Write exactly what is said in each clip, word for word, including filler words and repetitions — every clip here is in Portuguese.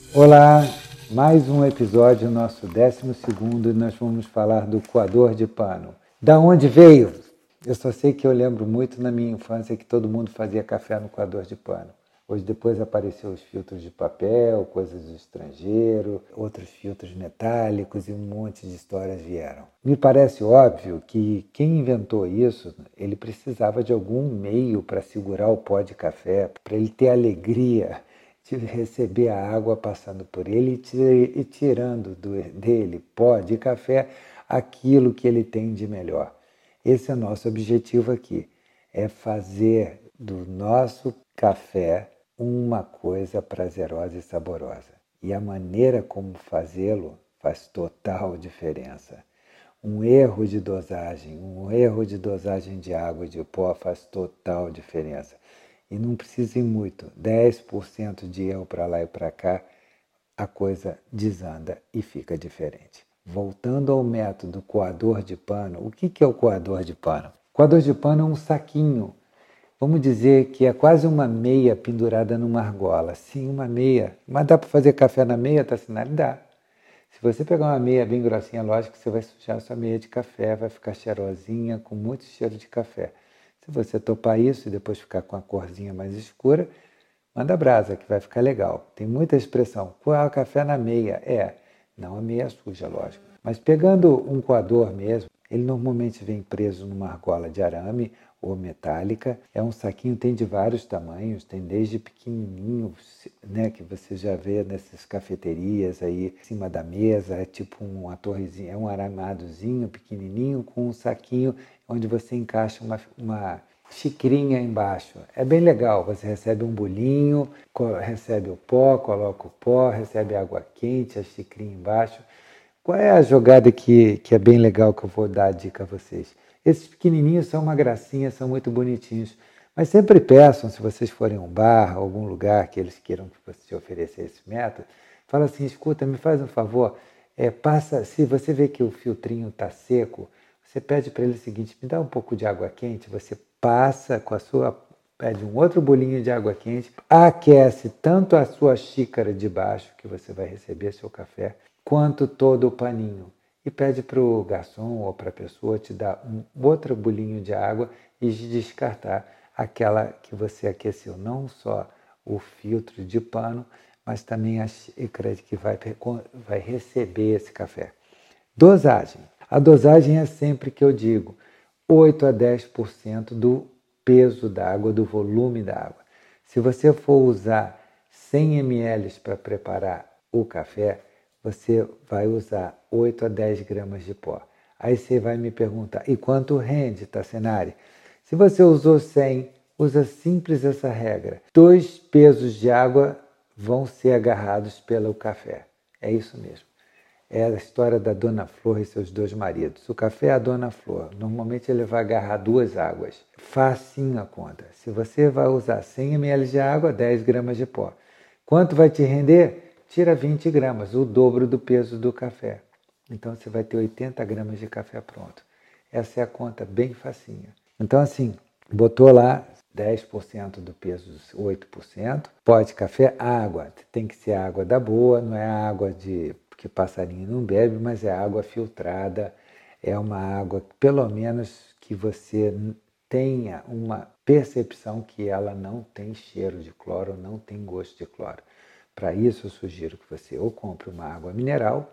Olá, mais um episódio, nosso décimo segundo, e nós vamos falar do coador de pano. Da onde veio? Eu só sei que eu lembro muito na minha infância que todo mundo fazia café no coador de pano. Hoje depois apareceu os filtros de papel, coisas do estrangeiro, outros filtros metálicos e um monte de histórias vieram. Me parece óbvio que quem inventou isso, ele precisava de algum meio para segurar o pó de café, para ele ter alegria de receber a água passando por ele e tirando do, dele pó de café aquilo que ele tem de melhor. Esse é o nosso objetivo aqui, é fazer do nosso café uma coisa prazerosa e saborosa. E a maneira como fazê-lo faz total diferença. Um erro de dosagem, um erro de dosagem de água e de pó faz total diferença. E não precisa ir muito, dez por cento de erro para lá e para cá, a coisa desanda e fica diferente. Voltando ao método coador de pano, o que é o coador de pano? O coador de pano é um saquinho, vamos dizer que é quase uma meia pendurada numa argola. Sim, uma meia. Mas dá para fazer café na meia, Tassinari? Dá. Se você pegar uma meia bem grossinha, lógico que você vai sujar a sua meia de café, vai ficar cheirosinha, com muito cheiro de café. Se você topar isso e depois ficar com a corzinha mais escura, manda brasa, que vai ficar legal. Tem muita expressão. Coar café na meia. É, não a meia suja, lógico. Mas pegando um coador mesmo, ele normalmente vem preso numa argola de arame ou metálica. É um saquinho, tem de vários tamanhos, tem desde pequenininho, né, que você já vê nessas cafeterias aí em cima da mesa, é tipo uma torrezinha, é um aramadozinho pequenininho com um saquinho onde você encaixa uma, uma xicrinha embaixo. É bem legal, você recebe um bolinho, recebe o pó, coloca o pó, recebe água quente, a xicrinha embaixo. Qual é a jogada que, que é bem legal que eu vou dar a dica a vocês? Esses pequenininhos são uma gracinha, são muito bonitinhos, mas sempre peçam, se vocês forem a um bar, algum lugar que eles queiram que você ofereça esse método, fala assim, escuta, me faz um favor, é, passa, se você vê que o filtrinho está seco, você pede para ele o seguinte, me dá um pouco de água quente, você passa com a sua, pede um outro bolinho de água quente, aquece tanto a sua xícara de baixo, que você vai receber seu café, quanto todo o paninho. E pede para o garçom ou para a pessoa te dar um outro bolinho de água e descartar aquela que você aqueceu, não só o filtro de pano, mas também a xícara que vai, vai receber esse café. Dosagem. A dosagem é sempre que eu digo, oito a dez por cento do peso da água, do volume da água. Se você for usar cem mililitros para preparar o café, você vai usar oito a dez gramas de pó. Aí você vai me perguntar, e quanto rende, Tassinari? Se você usou cem, usa simples essa regra. Dois pesos de água vão ser agarrados pelo café. É isso mesmo. É a história da Dona Flor e seus dois maridos. O café é a Dona Flor. Normalmente ele vai agarrar duas águas. Facinho a conta. Se você vai usar cem mililitros de água, dez gramas de pó. Quanto vai te render? Tira vinte gramas, o dobro do peso do café. Então você vai ter oitenta gramas de café pronto. Essa é a conta bem facinha. Então assim, botou lá dez por cento do peso, oito por cento. Pó de café, água. Tem que ser água da boa, não é água de que passarinho não bebe, mas é água filtrada. É uma água, pelo menos, que você tenha uma percepção que ela não tem cheiro de cloro, não tem gosto de cloro. Para isso, eu sugiro que você ou compre uma água mineral,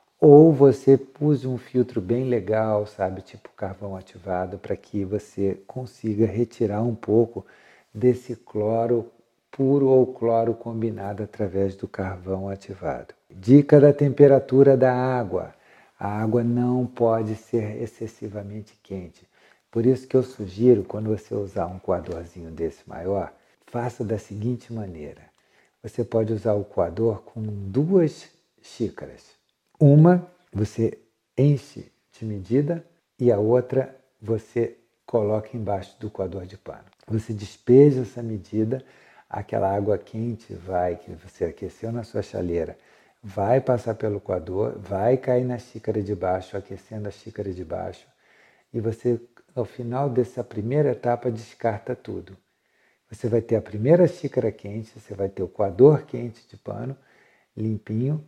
ou você use um filtro bem legal, sabe, tipo carvão ativado, para que você consiga retirar um pouco desse cloro puro ou cloro combinado através do carvão ativado. Dica da temperatura da água. A água não pode ser excessivamente quente. Por isso que eu sugiro, quando você usar um coadorzinho desse maior, faça da seguinte maneira. Você pode usar o coador com duas xícaras. Uma você enche de medida e a outra você coloca embaixo do coador de pano. Você despeja essa medida, aquela água quente vai, que você aqueceu na sua chaleira, vai passar pelo coador, vai cair na xícara de baixo, aquecendo a xícara de baixo, e você, ao final dessa primeira etapa, descarta tudo. Você vai ter a primeira xícara quente, você vai ter o coador quente de pano, limpinho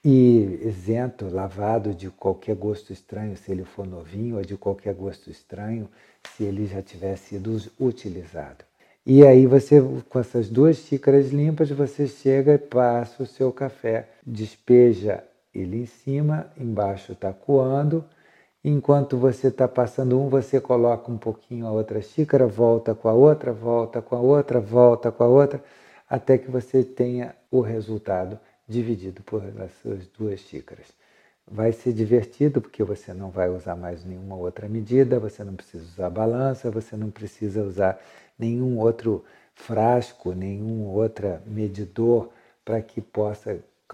e isento, lavado de qualquer gosto estranho, se ele for novinho, ou de qualquer gosto estranho, se ele já tiver sido utilizado. E aí você, com essas duas xícaras limpas, você chega e passa o seu café, despeja ele em cima, embaixo está coando. Enquanto você está passando um, você coloca um pouquinho a outra xícara, volta com a outra, volta com a outra, volta com a outra, até que você tenha o resultado dividido por essas duas xícaras. Vai ser divertido porque você não vai usar mais nenhuma outra medida, você não precisa usar balança, você não precisa usar nenhum outro frasco, nenhum outro medidor para que possa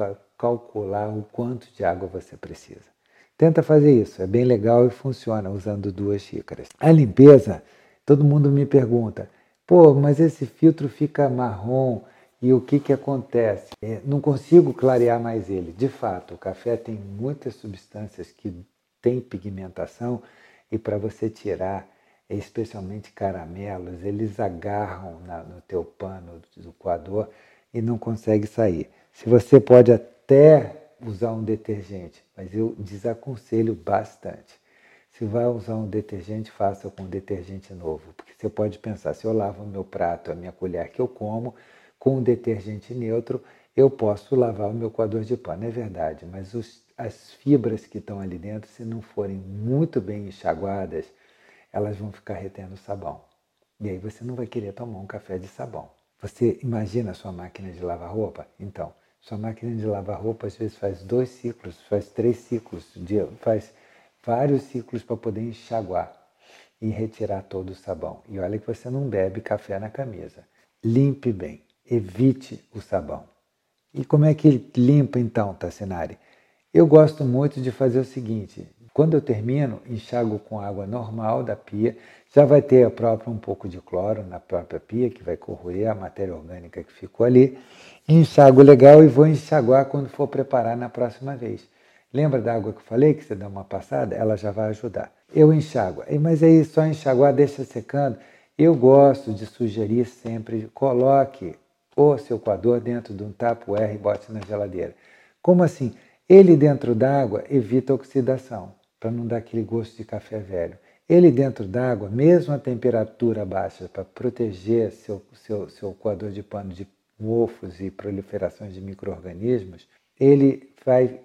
calcular o quanto de água você precisa. Tenta fazer isso, é bem legal e funciona usando duas xícaras. A limpeza, todo mundo me pergunta, pô, mas esse filtro fica marrom e o que, que acontece? É, não consigo clarear mais ele. De fato, o café tem muitas substâncias que têm pigmentação e para você tirar, especialmente caramelos, eles agarram na, no teu pano do coador e não consegue sair. Se você pode até usar um detergente, mas eu desaconselho bastante. Se vai usar um detergente, faça com um detergente novo, porque você pode pensar, se eu lavo o meu prato, a minha colher que eu como, com um detergente neutro, eu posso lavar o meu coador de pano. É verdade, mas os, as fibras que estão ali dentro, se não forem muito bem enxaguadas, elas vão ficar retendo sabão. E aí você não vai querer tomar um café de sabão. Você imagina a sua máquina de lavar roupa? Então, sua máquina de lavar roupa às vezes faz dois ciclos, faz três ciclos, faz vários ciclos para poder enxaguar e retirar todo o sabão. E olha que você não bebe café na camisa. Limpe bem, evite o sabão. E como é que limpa então, Tassinari? Eu gosto muito de fazer o seguinte, quando eu termino, enxago com água normal da pia, já vai ter a própria um pouco de cloro na própria pia, que vai corroer a matéria orgânica que ficou ali, enxago legal e vou enxaguar quando for preparar na próxima vez. Lembra da água que eu falei, que você dá uma passada? Ela já vai ajudar. Eu enxago, mas aí só enxaguar, deixa secando. Eu gosto de sugerir sempre, coloque o seu coador dentro de um Tupperware e bote na geladeira. Como assim? Ele dentro d'água evita a oxidação, para não dar aquele gosto de café velho. Ele dentro d'água, mesmo a temperatura baixa, para proteger seu, seu, seu coador de pano de mofos e proliferações de micro-organismos, ele vai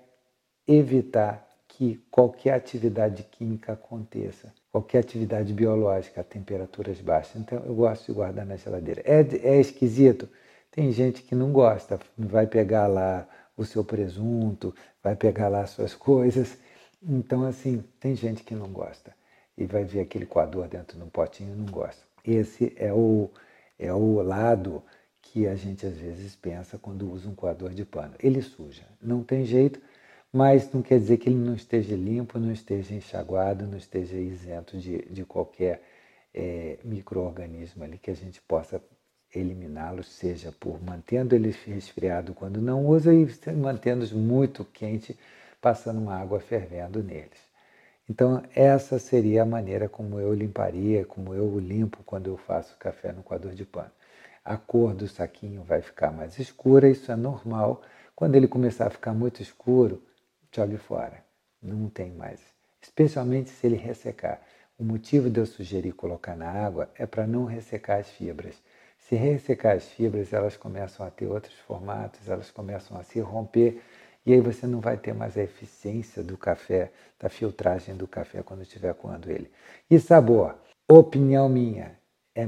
evitar que qualquer atividade química aconteça, qualquer atividade biológica a temperaturas baixas. Então, eu gosto de guardar na geladeira. É, é esquisito? Tem gente que não gosta, vai pegar lá o seu presunto, vai pegar lá as suas coisas. Então, assim, tem gente que não gosta e vai ver aquele coador dentro de um potinho e não gosta. Esse é o, é o lado que a gente às vezes pensa quando usa um coador de pano. Ele suja, não tem jeito, mas não quer dizer que ele não esteja limpo, não esteja enxaguado, não esteja isento de, de qualquer é, micro-organismo ali que a gente possa eliminá-los, seja por mantendo ele resfriado quando não usa e mantendo-os muito quente, passando uma água fervendo neles. Então, essa seria a maneira como eu limparia, como eu limpo quando eu faço café no coador de pano. A cor do saquinho vai ficar mais escura, isso é normal. Quando ele começar a ficar muito escuro, jogue fora. Não tem mais. Especialmente se ele ressecar. O motivo de eu sugerir colocar na água é para não ressecar as fibras. Se ressecar as fibras, elas começam a ter outros formatos, elas começam a se romper, e aí você não vai ter mais a eficiência do café, da filtragem do café quando estiver coando ele. E sabor, opinião minha, é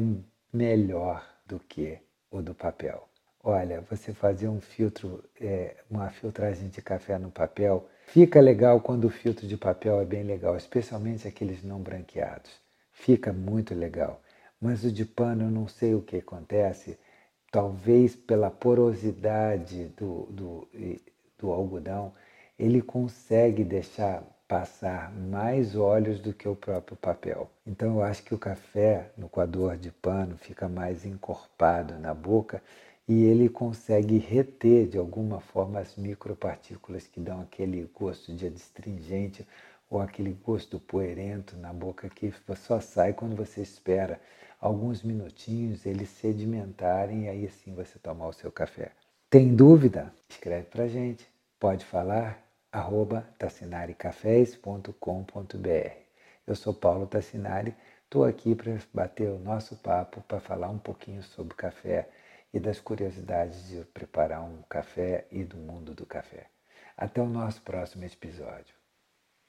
melhor do que o do papel. Olha, você fazer um filtro, é, uma filtragem de café no papel, fica legal quando o filtro de papel é bem legal, especialmente aqueles não branqueados. Fica muito legal. Mas o de pano, eu não sei o que acontece, talvez pela porosidade do, do, do algodão, ele consegue deixar passar mais óleos do que o próprio papel. Então eu acho que o café no coador de pano fica mais encorpado na boca e ele consegue reter de alguma forma as micropartículas que dão aquele gosto de adstringente ou aquele gosto poerento na boca que só sai quando você espera alguns minutinhos eles sedimentarem e aí sim você tomar o seu café. Tem dúvida? Escreve pra gente. Pode falar, arroba tassinaricafés ponto com ponto br. Eu sou Paulo Tassinari, estou aqui para bater o nosso papo, para falar um pouquinho sobre café e das curiosidades de preparar um café e do mundo do café. Até o nosso próximo episódio.